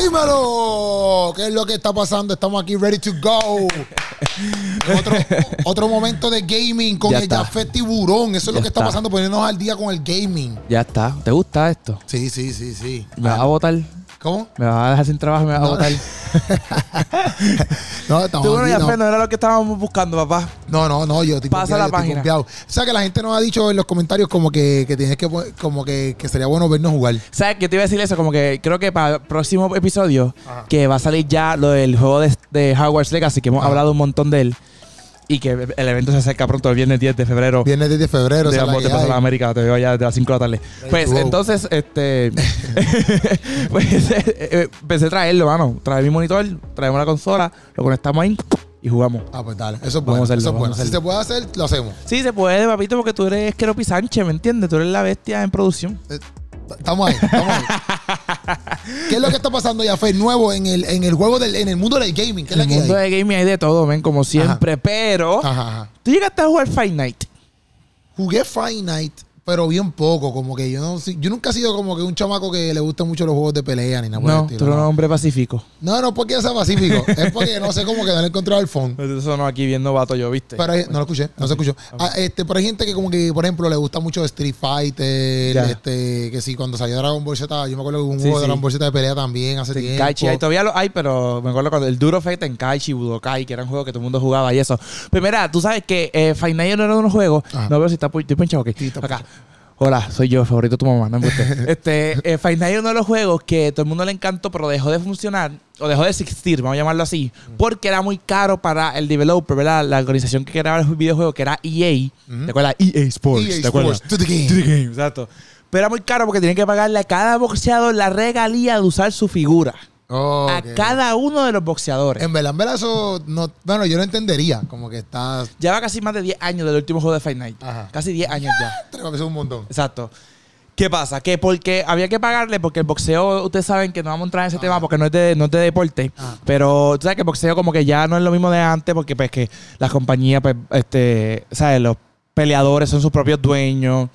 ¡Dímelo! ¿Qué es lo que está pasando? Estamos aquí ready to go. otro momento de gaming con el Jafet Tiburón. Eso es lo que está pasando, poniéndonos al día con el gaming. Ya está. ¿Te gusta esto? Sí. ¿Me vas a votar? ¿Cómo? ¿Me vas a dejar sin trabajo y me vas a votar? No, estamos Tú, bueno, aquí, Jafet, no era lo que estábamos buscando, papá. No, yo estoy pasa la página. O sea, que la gente nos ha dicho en los comentarios como que tienes que sería bueno vernos jugar. ¿Sabes? Yo te iba a decir eso, como que creo que para el próximo episodio, que va a salir ya lo del juego de Hogwarts Legacy, que hemos hablado un montón de él. Y que el evento se acerca pronto, el viernes 10 de febrero. Viernes 10 de febrero. Digamos, te pasa a América, te veo allá desde las 5 de la tarde. Pues entonces, empecé a traerlo, mano. Trae mi monitor, traemos la consola, lo conectamos ahí y jugamos. Ah, pues dale. Eso es bueno. Eso es bueno. Si se puede hacer, lo hacemos. Sí, se puede, papito, porque tú eres Keropi Sánchez, ¿me entiendes? Tú eres la bestia en producción. Estamos ahí. ¿Qué es lo que está pasando, Jafet, nuevo en el juego en el mundo del gaming? ¿Qué es en el mundo del gaming hay de todo, ven, como siempre. Pero tú llegaste a jugar Fight Night. Jugué Fight Night, pero bien poco. Como que yo nunca he sido como que un chamaco que le gustan mucho los juegos de pelea ni nada por el estilo. Tú eres un hombre pacífico. No porque sea pacífico. Es porque no sé cómo que no le he encontrado el phone. Eso no, aquí viendo vato yo, ¿viste? Pero no lo escuché, no se escuchó. Pero hay gente que como que, por ejemplo, le gusta mucho Street Fighter, que sí, cuando salió Dragon Ball Z, yo me acuerdo que hubo un juego de Dragon Ball Z de pelea también hace tiempo. Tenkaichi, ahí todavía lo hay, pero me acuerdo cuando el Duro Fight, Tenkaichi, Budokai, que eran juegos que todo el mundo jugaba y eso. Pues mira, tú sabes que Fight Night no era unos juegos. No veo si estoy pinchado aquí. Sí, acá. Hola, soy yo, favorito de tu mamá, no me gusta. Fight Night es uno de los juegos que todo el mundo le encantó, pero dejó de funcionar, o dejó de existir, vamos a llamarlo así, porque era muy caro para el developer, ¿verdad? La organización que creaba el videojuego, que era EA. ¿Te acuerdas? EA Sports. ¿Te acuerdas? To the game. Exacto. Pero era muy caro porque tenían que pagarle a cada boxeador la regalía de usar su figura. A cada uno de los boxeadores. En verdad eso no... Bueno, yo no entendería. Como que está... Lleva casi más de 10 años del último juego de Fight Night. Casi 10 años ya. Creo que es un montón. Exacto. ¿Qué pasa? Que porque había que pagarle, porque el boxeo, ustedes saben que no vamos a entrar en ese tema porque no es de deporte. Pero tú sabes que el boxeo como que ya no es lo mismo de antes, porque pues que las compañías, pues, ¿sabes? Los peleadores son sus propios dueños.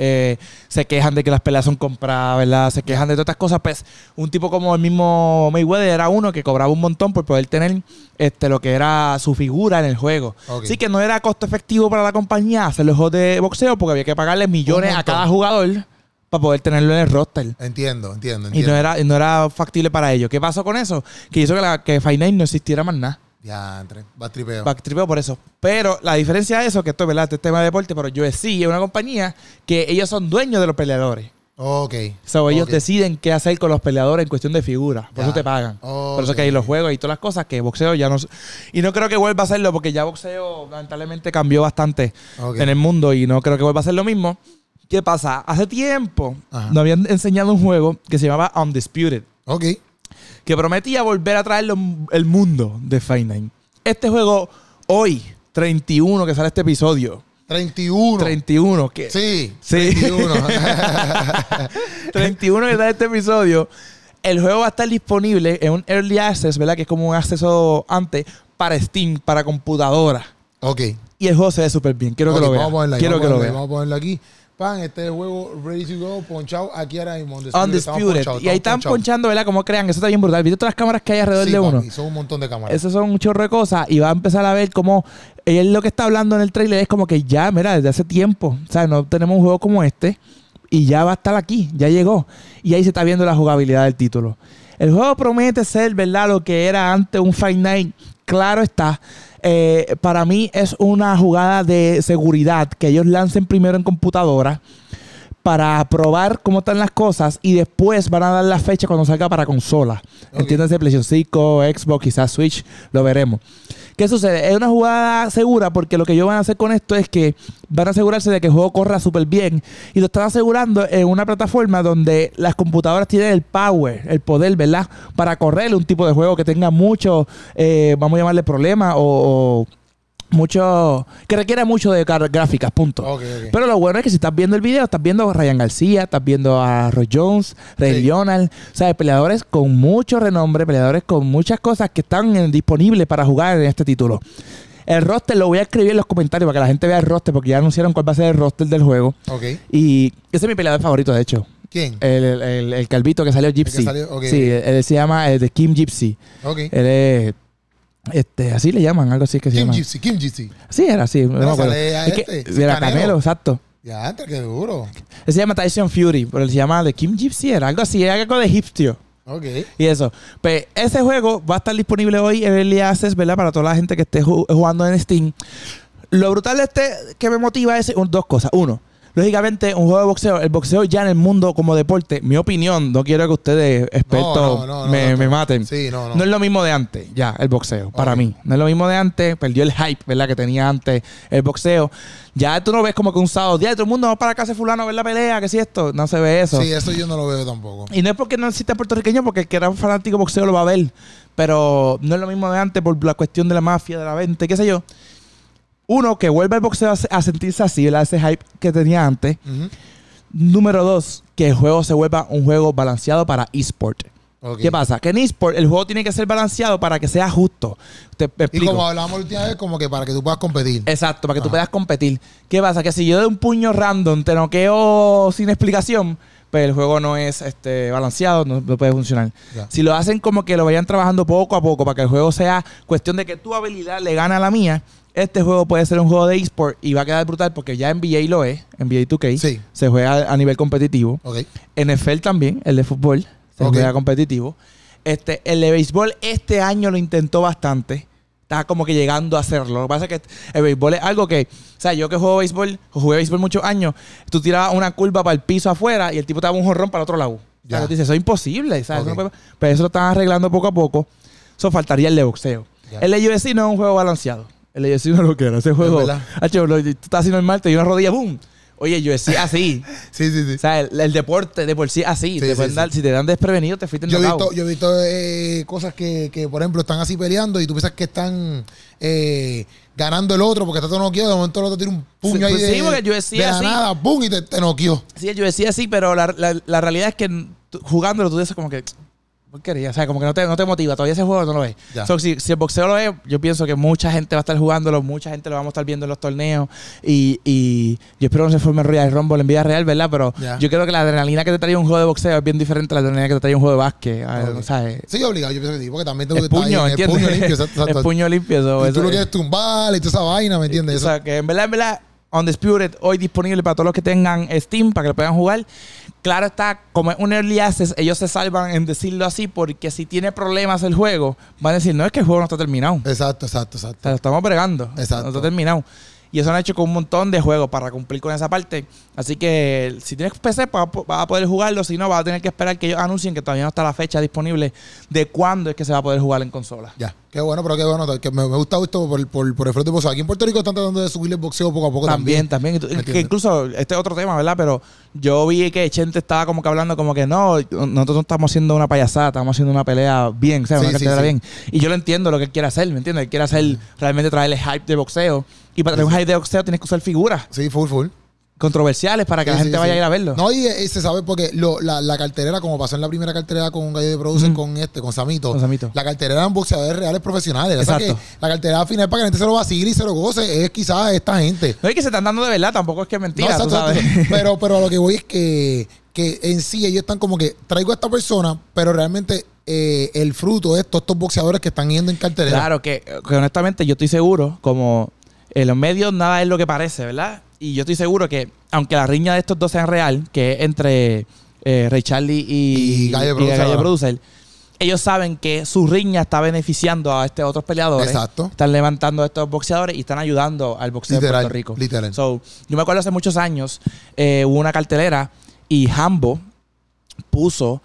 Se quejan de que las peleas son compradas, ¿verdad? Se quejan de todas estas cosas. Pues un tipo como el mismo Mayweather era uno que cobraba un montón por poder tener lo que era su figura en el juego. Así que no era costo efectivo para la compañía hacer los juegos de boxeo porque había que pagarle millones a cada jugador para poder tenerlo en el roster. Entiendo. Y no era factible para ellos. ¿Qué pasó con eso? Que hizo que Fight Night no existiera más nada. Ya, backtripeo. Backtripeo por eso. Pero la diferencia de eso, que esto es verdad, este tema de deporte, pero UFC es una compañía que ellos son dueños de los peleadores. Ellos deciden qué hacer con los peleadores en cuestión de figura. Por eso te pagan. Por eso que hay los juegos y todas las cosas que boxeo ya no... Y no creo que vuelva a hacerlo porque ya boxeo lamentablemente cambió bastante en el mundo y no creo que vuelva a hacer lo mismo. ¿Qué pasa? Hace tiempo nos habían enseñado un juego que se llamaba Undisputed. Que prometía volver a traerlo el mundo de Fight Night. Este juego, hoy, 31, que sale este episodio. 31. ¿Qué? Sí. 31. 31 que sale este episodio. El juego va a estar disponible en un Early Access, ¿verdad? Que es como un acceso antes para Steam, para computadora. Y el juego se ve súper bien. Quiero que lo vean. Vamos a ponerlo aquí. Este es el juego ready to go, ponchado aquí ahora mismo. Undisputed. Y ahí están ponchando, ¿verdad? Como crean, eso está bien brutal. ¿Viste todas las cámaras que hay alrededor de uno? Sí, son un montón de cámaras. Esos son un chorro de cosas y va a empezar a ver cómo él lo que está hablando en el trailer es como que ya, mira, desde hace tiempo, ¿sabes? No tenemos un juego como este y ya va a estar aquí, ya llegó. Y ahí se está viendo la jugabilidad del título. El juego promete ser, ¿verdad? Lo que era antes un Fight Night. Claro está. Para mí es una jugada de seguridad que ellos lancen primero en computadora para probar cómo están las cosas y después van a dar la fecha cuando salga para consola. Entiéndase, PlayStation 5, Xbox, quizás Switch, lo veremos. ¿Qué sucede? Es una jugada segura porque lo que ellos van a hacer con esto es que van a asegurarse de que el juego corra súper bien y lo están asegurando en una plataforma donde las computadoras tienen el power, el poder, ¿verdad? Para correr un tipo de juego que tenga mucho, vamos a llamarle problema o mucho, que requiere mucho de gráficas, punto. Pero lo bueno es que si estás viendo el video, estás viendo a Ryan García, estás viendo a Roy Jones, Ray Lionel, o sea, peleadores con mucho renombre, peleadores con muchas cosas que están disponibles para jugar en este título. El roster lo voy a escribir en los comentarios para que la gente vea el roster, porque ya anunciaron cuál va a ser el roster del juego. Y ese es mi peleador favorito, de hecho. ¿Quién? El calvito que salió Gypsy. Okay. Sí, él se llama The Kim Gypsy. Ok. Él es... así le llaman, algo así que se llama. Kim Gypsy. Sí, era así. No me acuerdo. Era Canelo, exacto. Ya, antes, qué duro. Él se llama Tyson Fury, pero él se llama The Kim Gypsy, era algo así, era algo de egipcio. Ok. Y eso. Pues ese juego va a estar disponible hoy en Early Access, ¿verdad? Para toda la gente que esté jugando en Steam. Lo brutal de que me motiva es dos cosas. Uno, lógicamente, un juego de boxeo, el boxeo ya en el mundo como deporte, mi opinión, no quiero que ustedes, expertos, me maten. Sí, no. No es lo mismo de antes, ya, el boxeo, para mí. No es lo mismo de antes, perdió el hype, ¿verdad? Que tenía antes el boxeo. Ya tú no ves como que un sábado día, todo el mundo va para casa de fulano a ver la pelea, que si esto, no se ve eso. Sí, eso yo no lo veo tampoco. Y no es porque no exista puertorriqueño, porque el que era un fanático de boxeo lo va a ver. Pero no es lo mismo de antes por la cuestión de la mafia, de la venta, qué sé yo. Uno, que vuelva el boxeo a sentirse así, ¿verdad? Ese hype que tenía antes. Número dos, que el juego se vuelva un juego balanceado para eSport. Okay. ¿Qué pasa? Que en eSport el juego tiene que ser balanceado para que sea justo. Te explico. Y como hablábamos la última vez, como que para que tú puedas competir. Exacto, para que tú puedas competir. ¿Qué pasa? Que si yo de un puño random te noqueo sin explicación, pues el juego no es balanceado, no puede funcionar. Ya. Si lo hacen como que lo vayan trabajando poco a poco para que el juego sea cuestión de que tu habilidad le gane a la mía, este juego puede ser un juego de eSport y va a quedar brutal porque ya NBA lo es, NBA 2K, sí. Se juega a nivel competitivo. Okay. NFL también, el de fútbol, se juega competitivo. El de béisbol este año lo intentó bastante. Está como que llegando a hacerlo. Lo que pasa es que el béisbol es algo que... O sea, yo que jugué béisbol muchos años, tú tirabas una curva para el piso afuera y el tipo te daba un jorrón para el otro lado. Ya. O sea, tú dices, eso es imposible. ¿Sabes? Okay. No, pero eso lo están arreglando poco a poco. Eso faltaría el de boxeo. Ya. El de UFC no es un juego balanceado. El de UFC no lo quiero. Ese juego... tú estás así normal, te dio una rodilla, ¡boom! Oye, UFC así. Sí. O sea, el deporte de por sí así. Sí, si te dan desprevenido, te fuiste en Yo he visto cosas que, por ejemplo, están así peleando y tú piensas que están ganando el otro porque está todo noqueado. De momento el otro tira un puño ahí porque el UFC de la nada, ¡pum! Y te noqueó. Sí, el UFC así, pero la realidad es que jugándolo tú dices como que... porquería. O sea, como que no te motiva. Todavía ese juego no lo ves. So, si el boxeo lo es, yo pienso que mucha gente va a estar jugándolo, mucha gente lo vamos a estar viendo en los torneos. Y yo espero que no se forme Royal Rumble en vida real, ¿verdad? Pero yo creo que la adrenalina que te trae un juego de boxeo es bien diferente a la adrenalina que te trae un juego de básquet. Okay. ¿Sabes? Sí, obligado. Yo pienso que sí, porque también tengo que estar el puño limpio. Exacto. El puño limpio. Y tú lo quieres tumbar y toda esa vaina, ¿me entiendes? O sea, que en verdad, Undisputed hoy disponible para todos los que tengan Steam, para que lo puedan jugar. Claro está, como es un Early Access, ellos se salvan en decirlo así, porque si tiene problemas el juego, van a decir, no, es que el juego no está terminado. Exacto. O sea, lo estamos bregando. Exacto. No está terminado. Y eso lo han hecho con un montón de juegos para cumplir con esa parte. Así que si tienes PC, vas a poder jugarlo. Si no, vas a tener que esperar que ellos anuncien que todavía no está la fecha disponible de cuándo es que se va a poder jugar en consola. Ya. Qué bueno, pero qué bueno. Que me gusta esto por el frente de boxeo. Aquí en Puerto Rico están tratando de subir el boxeo poco a poco también. También. Que incluso, este es otro tema, ¿verdad? Pero yo vi que Chente estaba como que hablando como que no, nosotros no estamos haciendo una payasada, estamos haciendo una pelea bien, o sea, una cartelera bien. Y yo lo entiendo lo que él quiere hacer, ¿me entiendes? Él quiere hacer, realmente traerle hype de boxeo. Y para traer un hype de boxeo tienes que usar figuras. Sí, full. Controversiales para que la gente vaya a ir a verlo. No, y se sabe porque la cartelera, como pasó en la primera cartelera con Gallo de Producer, con Samito. La cartelera eran boxeadores reales profesionales. Exacto. O sea que la cartelera al final para que la gente se lo vacile y se lo goce es quizás esta gente. No es que se están dando de verdad, tampoco es que es mentira. No, exacto. Pero a lo que voy es que en sí ellos están como que traigo a esta persona, pero realmente el fruto de estos boxeadores que están yendo en cartelera. Claro, que honestamente yo estoy seguro, como en los medios nada es lo que parece, ¿verdad? Y yo estoy seguro que, aunque la riña de estos dos sean real, que es entre Ray Charlie y Gallo Producer, ellos saben que su riña está beneficiando a otros peleadores. Exacto. Están levantando a estos boxeadores y están ayudando al boxeo de Puerto Rico. Literal. So, yo me acuerdo hace muchos años, hubo una cartelera y Hambo puso,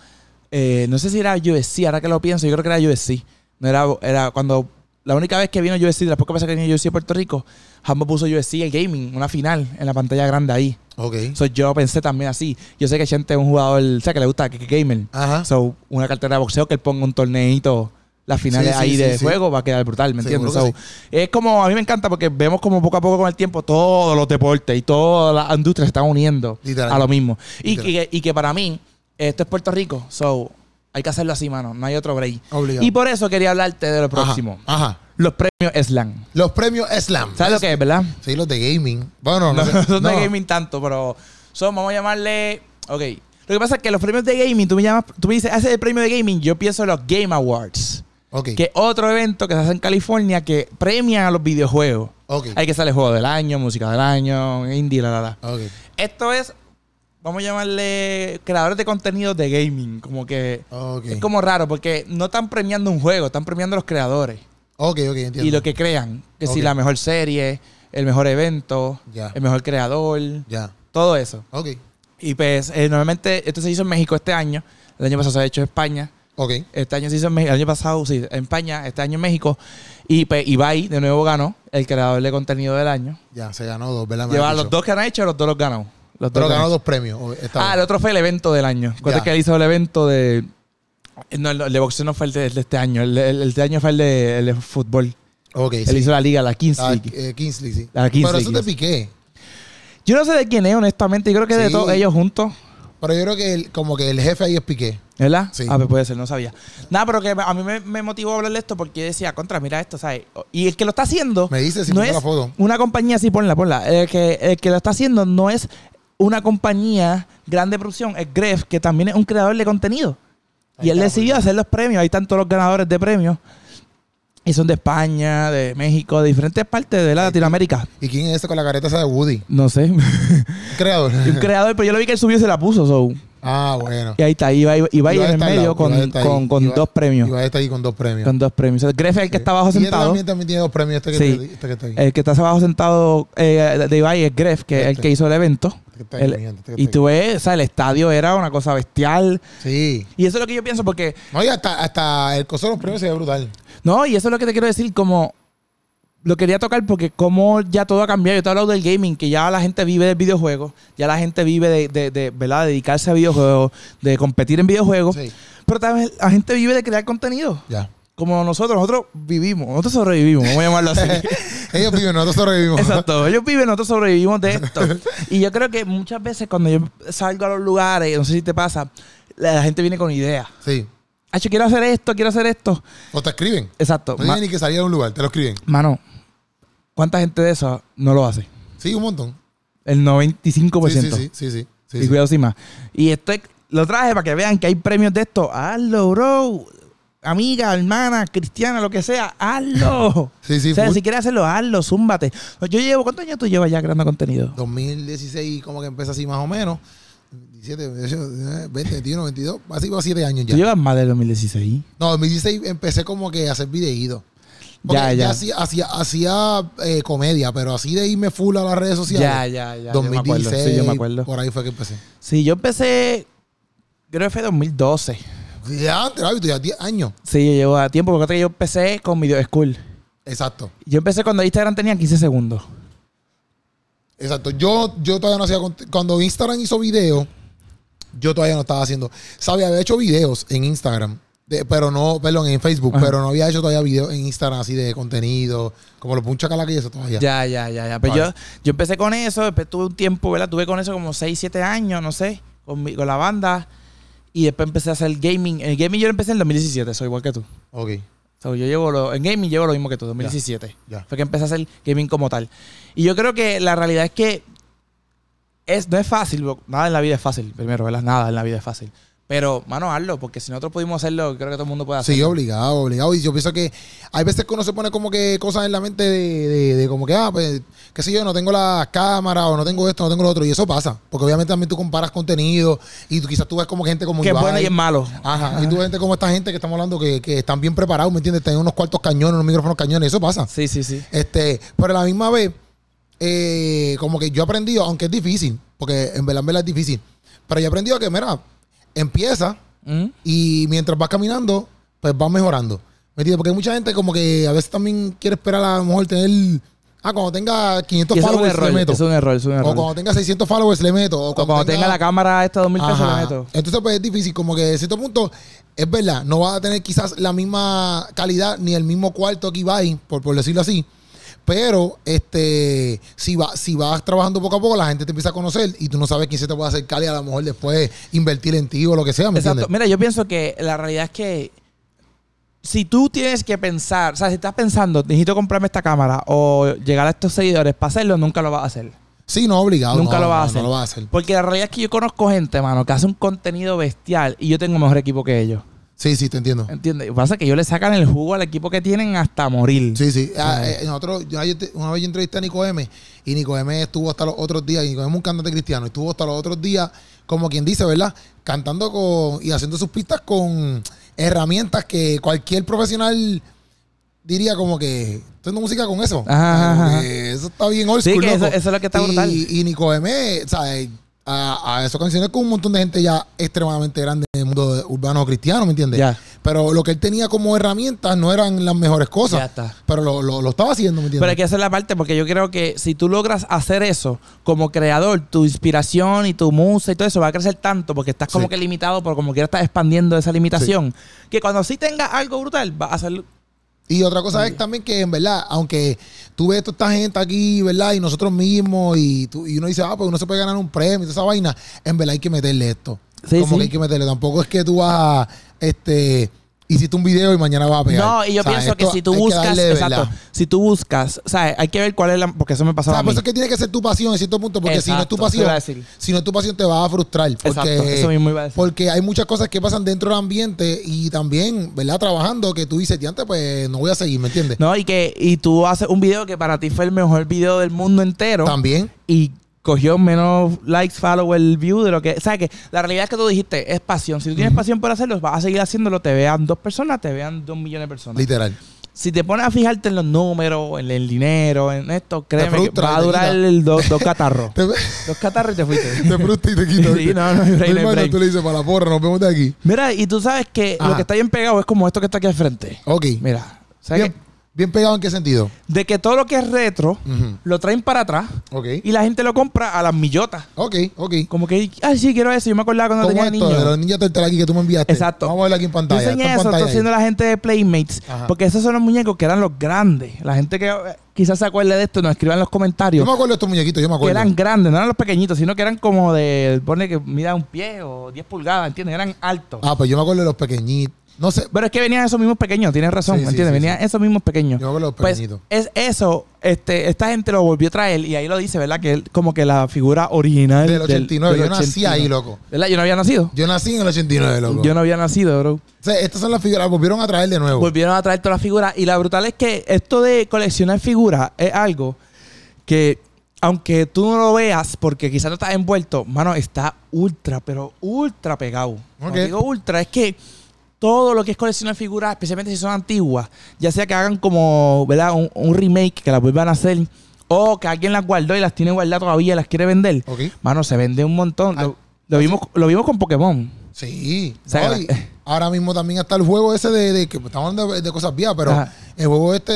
no sé si era UFC, ahora que lo pienso, yo creo que era UFC. No era cuando... La única vez que vino UFC, después que que vino UFC a Puerto Rico, Hambo puso UFC, el gaming, una final en la pantalla grande ahí. Ok. So, yo pensé también así. Yo sé que Chente es un jugador, o sea, que le gusta que gamer. Ajá. So, una cartera de boxeo que él ponga un torneito, las finales de juego, va a quedar brutal, ¿me entiendes? So, es como, a mí me encanta porque vemos como poco a poco con el tiempo todos los deportes y todas las industrias se están uniendo a lo mismo. Y que para mí, esto es Puerto Rico, so... Hay que hacerlo así, mano. No hay otro break. Obligado. Y por eso quería hablarte de lo próximo. Ajá. Los premios Slam. Los premios Slam. ¿Sabes lo que es, verdad? Sí, los de gaming. Bueno, no son de gaming tanto, pero vamos a llamarle... Ok. Lo que pasa es que los premios de gaming, tú me dices, hace el premio de gaming, yo pienso en los Game Awards. Okay. Que es otro evento que se hace en California que premia a los videojuegos. Okay. Hay que sale juego del año, música del año, indie, Okay. Esto es, vamos a llamarle creadores de contenido de gaming. Como que es como raro porque no están premiando un juego, están premiando a los creadores. Ok, entiendo. Y lo que crean. Que si la mejor serie, el mejor evento, el mejor creador, todo eso. Ok. Y pues normalmente esto se hizo en México este año. El año pasado se ha hecho en España. Okay. Este año se hizo en México. El año pasado sí, en España. Este año en México. Y pues Ibai de nuevo ganó el creador de contenido del año. Ya, se ganó 2, ¿verdad? Lleva los 2 que han hecho, los 2 los ganó. Pero ganó 2 premios. El otro fue el evento del año. Cuenta que él hizo el evento de... No, el de boxeo no fue el de este año. El de este año fue el de fútbol. Ok, él hizo la liga, la Kings League. Kings League, sí. La Kings Pero League, eso te piqué. Yo no sé de quién es, honestamente. Yo creo que de todos ellos juntos. Pero yo creo que como que el jefe ahí es Piqué. ¿Verdad? Sí. Pues puede ser, no sabía. Nada, pero que a mí me motivó a hablar de esto porque decía, mira esto, ¿sabes? Y el que lo está haciendo... Me dice si no pongo es la foto. Una compañía, sí, ponla. El que lo está haciendo no es una compañía grande de producción, es Gref, que también es un creador de contenido. Y él decidió hacer los premios. Ahí están todos los ganadores de premios. Y son de España, de México, de diferentes partes de Latinoamérica. ¿Y quién es ese con la careta esa de Woody? No sé. Un creador, pero yo lo vi que él subió y se la puso. Bueno. Y ahí está, iba en el medio con 2 premios. Iba a estar ahí con 2 premios. Con 2 premios. El Gref es el que está abajo sentado. Y también tiene 2 premios, que está ahí. El que está abajo sentado de Ibai es Gref, que es el que hizo el evento. Y tú ves, o sea, el estadio era una cosa bestial. Sí. Y eso es lo que yo pienso porque... No, y hasta el coso de los premios se ve brutal. No, y eso es lo que te quiero decir, como... Lo quería tocar porque como ya todo ha cambiado. Yo te he hablado del gaming, que ya la gente vive del videojuego. Ya la gente vive de ¿verdad? Dedicarse a videojuegos, de competir en videojuegos. Sí. Pero también la gente vive de crear contenido. Ya. Como nosotros vivimos, nosotros sobrevivimos, vamos a llamarlo así. Ellos viven, nosotros sobrevivimos. Exacto, ellos viven, nosotros sobrevivimos de esto. Y yo creo que muchas veces cuando yo salgo a los lugares, no sé si te pasa, la gente viene con ideas. Sí. Hacho, quiero hacer esto. O te escriben. Exacto. No tienen ni que salir a un lugar, te lo escriben. Mano, ¿cuánta gente de eso no lo hace? Sí, un montón. El 95%. Sí. Y cuidado sin más. Y esto lo traje para que vean que hay premios de esto. Hazlo, bro. Amiga, hermana, cristiana, lo que sea, hazlo. Sí, o sea, si quieres hacerlo, hazlo, zúmbate. ¿Cuántos años tú llevas ya creando contenido? 2016, como que empieza así más o menos. 17, 18, 20, 21, 22, así va 7 años ya. ¿Tú llevas más del 2016? No, 2016 empecé como que a hacer videitos. Ya hacía comedia, pero así de irme full a las redes sociales. Ya. 2016, yo me acuerdo. Por ahí fue que empecé. Sí, yo empecé, creo que fue 2012. Ya antes, ya 10 años. Sí, yo llevo a tiempo, porque yo empecé con Video School. Exacto. Yo empecé cuando Instagram tenía 15 segundos. Exacto. Yo todavía no hacía... Cuando Instagram hizo video, yo todavía no estaba haciendo... Había hecho videos en Instagram, en Facebook, pero no había hecho todavía videos en Instagram así de contenido, como los puncha cala que eso todavía. Ya. Pero yo empecé con eso, después tuve un tiempo, ¿verdad? Tuve con eso como 6, 7 años, no sé, con la banda. Y después empecé a hacer gaming. En gaming yo empecé en 2017, soy igual que tú. Ok. En gaming llevo lo mismo que tú, 2017. Ya. Fue que empecé a hacer gaming como tal. Y yo creo que la realidad es que no es fácil. Nada en la vida es fácil, primero, ¿verdad? Nada en la vida es fácil. Pero, mano, hazlo, porque si nosotros pudimos hacerlo, creo que todo el mundo puede hacerlo. Sí, obligado. Y yo pienso que hay veces que uno se pone como que cosas en la mente de como que, pues, qué sé yo, no tengo la cámara o no tengo esto, no tengo lo otro. Y eso pasa. Porque obviamente también tú comparas contenido y quizás tú ves como gente como que es bueno y es malo. Ajá. Y tú ves gente como esta gente que estamos hablando que están bien preparados, ¿me entiendes? Tienen unos cuartos cañones, unos micrófonos cañones. Eso pasa. Sí. Pero a la misma vez, como que yo he aprendido, aunque es difícil, porque en verdad es difícil, pero yo he aprendido que, mira, empieza y mientras vas caminando, pues vas mejorando. ¿Me entiendes? Porque hay mucha gente como que a veces también quiere esperar a lo mejor tener... cuando tenga 500 followers le meto. Es un error. O cuando tenga 600 followers le meto. O cuando tenga la cámara esta 2,000 pesos le meto. Entonces pues es difícil. Como que de cierto punto, es verdad, no vas a tener quizás la misma calidad ni el mismo cuarto que Ibai, por decirlo así. Pero si vas trabajando poco a poco, la gente te empieza a conocer y tú no sabes quién se te puede acercar y a lo mejor después invertir en ti o lo que sea. ¿Me entiendes? Mira, yo pienso que la realidad es que si tú tienes que pensar, o sea, si estás pensando, necesito comprarme esta cámara o llegar a estos seguidores para hacerlo, nunca lo vas a hacer. Sí, no, obligado. Nunca lo vas a hacer. No lo vas a hacer. Porque la realidad es que yo conozco gente, mano, que hace un contenido bestial y yo tengo mejor equipo que ellos. Sí, te entiendo. ¿Entiendes? Lo que pasa es que ellos le sacan el jugo al equipo que tienen hasta morir. Sí. Nosotros, una vez yo entrevisté a Nico M y Nico M estuvo hasta los otros días, y Nico M es un cantante cristiano, estuvo hasta los otros días, como quien dice, ¿verdad? Cantando y haciendo sus pistas con herramientas que cualquier profesional diría como que haciendo música con eso. Ajá. Eso está bien old school, Sí, que loco. eso es lo que está brutal. Y Nico M, ¿sabes? A esas canciones con un montón de gente ya extremadamente grande en el mundo urbano cristiano, ¿me entiendes? Ya. Pero lo que él tenía como herramientas no eran las mejores cosas. Ya está. Pero lo estaba haciendo, ¿me entiendes? Pero hay que hacer la parte porque yo creo que si tú logras hacer eso como creador, tu inspiración y tu musa y todo eso va a crecer tanto porque estás como que limitado, pero como quiera estás expandiendo esa limitación, que cuando sí tengas algo brutal, vas a hacer... Y otra cosa es también que, en verdad, aunque tú ves toda esta gente aquí, ¿verdad? Y nosotros mismos, y uno dice, pues uno se puede ganar un premio y toda esa vaina, en verdad hay que meterle esto. Como que hay que meterle. Tampoco es que tú vas a, hiciste un video y mañana vas a pegar. No, y yo pienso que si tú buscas, exacto, si tú buscas, o sea, hay que ver cuál es la, porque eso me pasaba a mí. Por eso es que tiene que ser tu pasión en cierto punto, porque si no es tu pasión, te vas a frustrar. Porque, exacto, eso mismo iba a decir. Porque hay muchas cosas que pasan dentro del ambiente y también, ¿verdad? Trabajando, que tú dices, antes pues no voy a seguir, ¿me entiendes? No, y tú haces un video que para ti fue el mejor video del mundo entero. También. Y cogió menos likes, followers, view de lo que... O sea, que la realidad es que tú dijiste, es pasión. Si tú tienes pasión por hacerlo, vas a seguir haciéndolo. Te vean 2 personas, te vean 2 millones de personas. Literal. Si te pones a fijarte en los números, en el dinero, en esto, créeme que va a durar el dos catarros. 2 catarros y te fuiste. Te frustra y te quita. Sí, no hay break. Tú le dices, para la porra, nos vemos de aquí. Mira, y tú sabes que lo que está bien pegado es como esto que está aquí al frente. Ok. Mira, ¿sabes qué? ¿Bien pegado en qué sentido? De que todo lo que es retro lo traen para atrás y la gente lo compra a las millotas. Ok. Como que, ay, sí, quiero eso. Yo me acordaba cuando tenía niño. De los Ninja Turtles aquí que tú me enviaste. Exacto. Vamos a verlo aquí en pantalla. Dicen eso, está haciendo la gente de Playmates. Porque esos son los muñecos que eran los grandes. La gente que quizás se acuerde de esto nos escriban en los comentarios. Yo me acuerdo de estos muñequitos, Que eran grandes, no eran los pequeñitos, sino que eran como de, pone que mida un pie o 10 pulgadas, ¿entiendes? Eran altos. Pues yo me acuerdo de los pequeñitos. No sé. Pero es que venían esos mismos pequeños, tienes razón, ¿me entiendes? Venían esos mismos pequeños. Yo con los pequeñitos. Pues es eso, esta gente lo volvió a traer y ahí lo dice, ¿verdad? Que él, como que la figura original del 89. Del yo nací ahí, loco. ¿Verdad? Yo no había nacido. Yo nací en el 89, loco. Yo no había nacido, bro. O sea, estas son las figuras, volvieron a traer de nuevo. Volvieron a traer todas las figuras y la brutal es que esto de coleccionar figuras es algo que, aunque tú no lo veas porque quizás no estás envuelto, mano, está ultra, pero ultra pegado. Cuando digo ultra, es que todo lo que es coleccionar figuras, especialmente si son antiguas, ya sea que hagan como, ¿verdad? Un remake, que las vuelvan a hacer, o que alguien las guardó y las tiene guardadas todavía y las quiere vender. Mano, se vende un montón. Lo vimos con Pokémon. Sí. O sea, ahora mismo también está el juego ese de que estamos hablando de cosas viejas, pero el juego este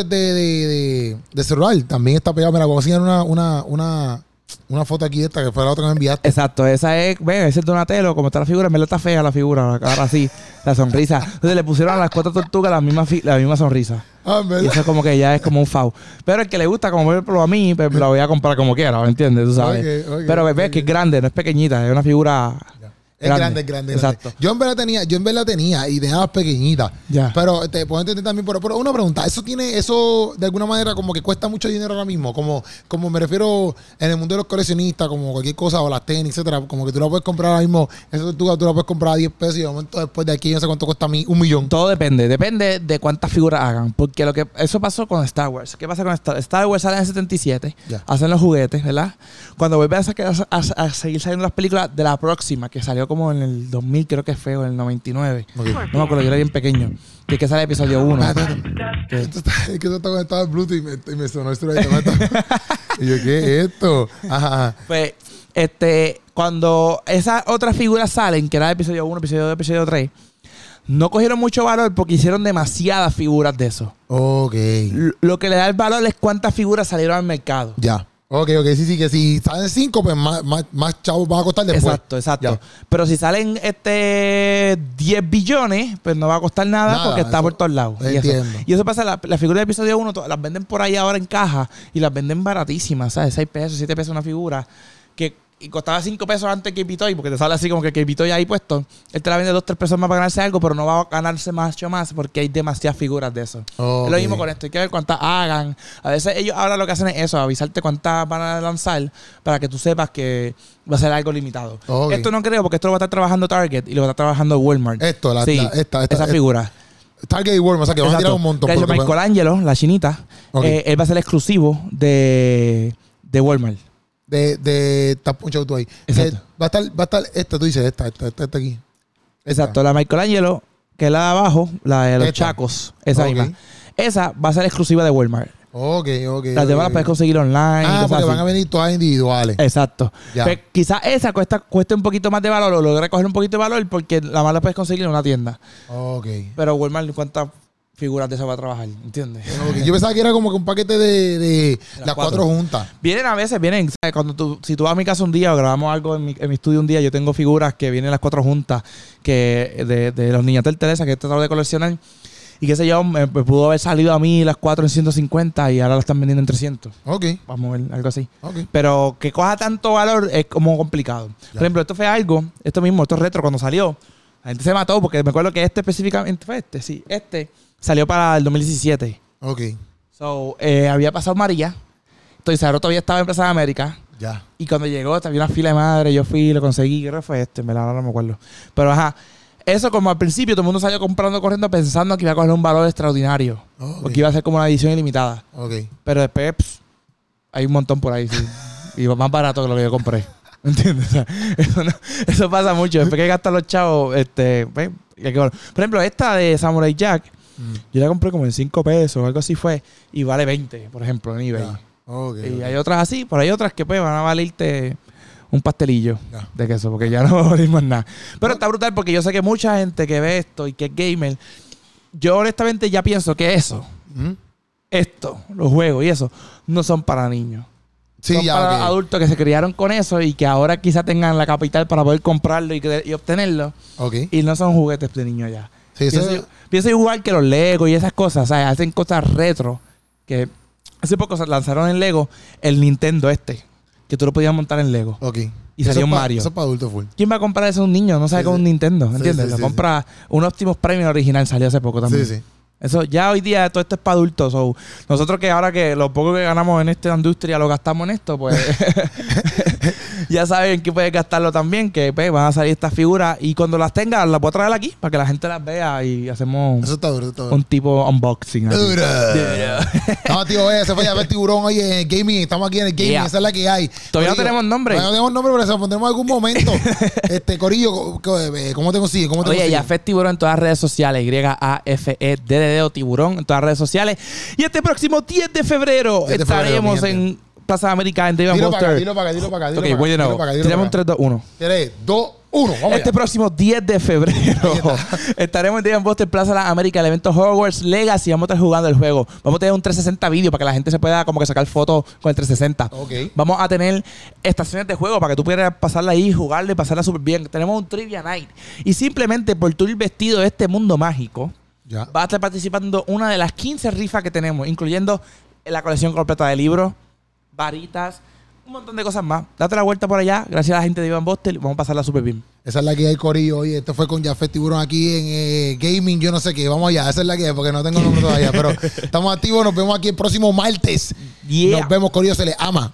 de celular también está pegado. Mira, vamos a enseñar una foto aquí de esta que fue la otra que me enviaste. Exacto, esa es, ese es Donatello, como está la figura, en verdad está fea la figura, la cara así, la sonrisa. Entonces le pusieron a las 4 tortugas la misma sonrisa. Y eso como que ya es como un FAU. Pero el que le gusta, como verlo a mí, pues la voy a comprar como quiera, ¿me entiendes? Tú sabes. Pero ves que es grande, no es pequeñita, es una figura... Es grande. Exacto. Yo en verdad tenía y tenía las pequeñitas. Ya. Pero te puedo entender también, pero una pregunta, eso de alguna manera como que cuesta mucho dinero ahora mismo, como me refiero en el mundo de los coleccionistas, como cualquier cosa, o las tenis, etcétera, como que tú la puedes comprar ahora mismo, esa tortuga tú la puedes comprar a 10 pesos y de momento después de aquí yo no sé cuánto cuesta a mí, 1 millón. Todo depende de cuántas figuras hagan, porque eso pasó con Star Wars. ¿Qué pasa con Star Wars? Sale en el 77, hacen los juguetes, ¿verdad? Cuando vuelven a seguir saliendo las películas de la próxima, que salió como en el 2000, creo que fue, o en el 99. No me acuerdo, yo era bien pequeño. Que sale el episodio 1. Es que eso está conectado al Bluetooth y me sonó esto. Y yo, ¿qué es esto? Ajá. Pues, cuando esas otras figuras salen, que era el episodio 1, episodio 2, episodio 3, no cogieron mucho valor porque hicieron demasiadas figuras de eso. Ok. Lo que le da el valor es cuántas figuras salieron al mercado. Ya. Ok, sí, que si salen 5, pues más chavos van a costar después. Exacto. Ya. Pero si salen 10 billones, pues no va a costar nada porque está por todos lados. Entiendo. Y eso pasa, la figura del episodio 1 las venden por ahí ahora en caja y las venden baratísimas, ¿sabes? 6 pesos, 7 pesos una figura. y costaba 5 pesos antes que Capitoy, porque te sale así como que Capitoy ahí puesto. Él te la vende 2, 3 pesos más para ganarse algo, pero no va a ganarse mucho más porque hay demasiadas figuras de eso. Es lo mismo con esto. Hay que ver cuántas hagan. A veces ellos ahora lo que hacen es eso, avisarte cuántas van a lanzar para que tú sepas que va a ser algo limitado. Esto no creo, porque esto lo va a estar trabajando Target y lo va a estar trabajando Walmart. Esa figura. Target y Walmart, o sea que van a tirar un montón. De hecho, Michelangelo, la chinita, él va a ser exclusivo de Walmart. Está punchado tú ahí. Va a estar esta, tú dices, esta aquí. Exacto, la Michelangelo, que es la de abajo, la de los Chacos, esa misma. Esa va a ser exclusiva de Walmart. Las demás las puedes conseguir online. Porque van a venir todas individuales. Exacto. Pues, quizás esa cueste un poquito más de valor o logre coger un poquito de valor porque la más la puedes conseguir en una tienda. Pero Walmart, ¿cuántas figuras de esa va a trabajar? ¿Entiendes? Yo pensaba que era como que un paquete de las 4 juntas. Vienen a veces, ¿sabes? Si tú vas a mi casa un día o grabamos algo en mi estudio un día, yo tengo figuras que vienen las 4 juntas que de los Niñatel Teresa que he tratado de coleccionar. Y qué sé yo, me pudo haber salido a mí las 4 en 150 y ahora las están vendiendo en 300. Vamos a ver, algo así. Pero que coja tanto valor es como complicado. Por ejemplo, esto fue algo, esto es retro, cuando salió, la gente se mató porque me acuerdo que este específicamente fue este salió para el 2017. Había pasado María. Entonces, ahora todavía estaba en Plaza de América. Y cuando llegó, había una fila de madre, yo fui, lo conseguí, creo que fue no me acuerdo. Pero eso como al principio todo el mundo salió corriendo pensando que iba a coger un valor extraordinario. Porque iba a ser como una edición ilimitada. Pero después hay un montón por ahí, sí. Y más barato que lo que yo compré. ¿Entiendes? O sea, eso pasa mucho. Después que gastan los chavos, por ejemplo, esta de Samurai Jack, yo la compré como en 5 pesos o algo así fue. Y vale 20, por ejemplo, en eBay. Y hay otras así, pero hay otras que van a valerte un pastelillo de queso, porque ya no va a valer más nada. Pero está brutal porque yo sé que mucha gente que ve esto y que es gamer, yo honestamente ya pienso que esto, los juegos y eso, no son para niños. Son para adultos que se criaron con eso y que ahora quizá tengan la capital para poder comprarlo y obtenerlo. Y no son juguetes de niños ya. Pienso igual que los Lego y esas cosas. O sea, hacen cosas retro. Que hace poco se lanzaron en Lego el Nintendo que tú lo podías montar en Lego. Y salió Mario. Eso es para adultos full. ¿Quién va a comprar eso a un niño? No sabe con un Nintendo, ¿entiendes? Lo compra un Optimus Prime original, salió hace poco también. Eso ya hoy día todo esto es para adultos. Nosotros que ahora que lo poco que ganamos en esta industria lo gastamos en esto, pues ya saben que puedes gastarlo también, que van a salir estas figuras y cuando las tengas las voy a traer aquí para que la gente las vea y hacemos un tipo unboxing. Duro. No, tío, se fue a ver Tiburón hoy en gaming. Estamos aquí en el gaming, esa es la que hay. Todavía no tenemos nombre. No tenemos nombre, pero se lo pondremos en algún momento. Corillo, ¿cómo te consigues? Oye, Jafet Tiburón en todas las redes sociales, YAFEDDD o Tiburón en todas las redes sociales. Y este próximo 10 de febrero estaremos en Plaza de América en Dave & Buster. Dilo para acá. Ok, voy de nuevo. Tiramos un 3, 2, 1. 3, 2, 1. Este próximo 10 de febrero estaremos en Dave & Buster Plaza de América, el evento Hogwarts Legacy. Vamos a estar jugando el juego. Vamos a tener un 360 vídeo para que la gente se pueda como que sacar fotos con el 360. Vamos a tener estaciones de juego para que tú puedas pasarla ahí, jugarla y pasarla súper bien. Tenemos un Trivia Night. Y simplemente por tu ir vestido de este mundo mágico, vas a estar participando en una de las 15 rifas que tenemos, incluyendo la colección completa de libros, varitas, un montón de cosas más. Date la vuelta por allá. Gracias a la gente de Dave & Buster. Vamos a pasarla súper bien. Esa es la que hay, corillo. Oye, esto fue con Jafet Tiburón aquí en gaming, yo no sé qué. Vamos allá. Esa es la que hay, porque no tengo nombre todavía. Pero estamos activos. Nos vemos aquí el próximo martes. Nos vemos, corillo. Se les ama.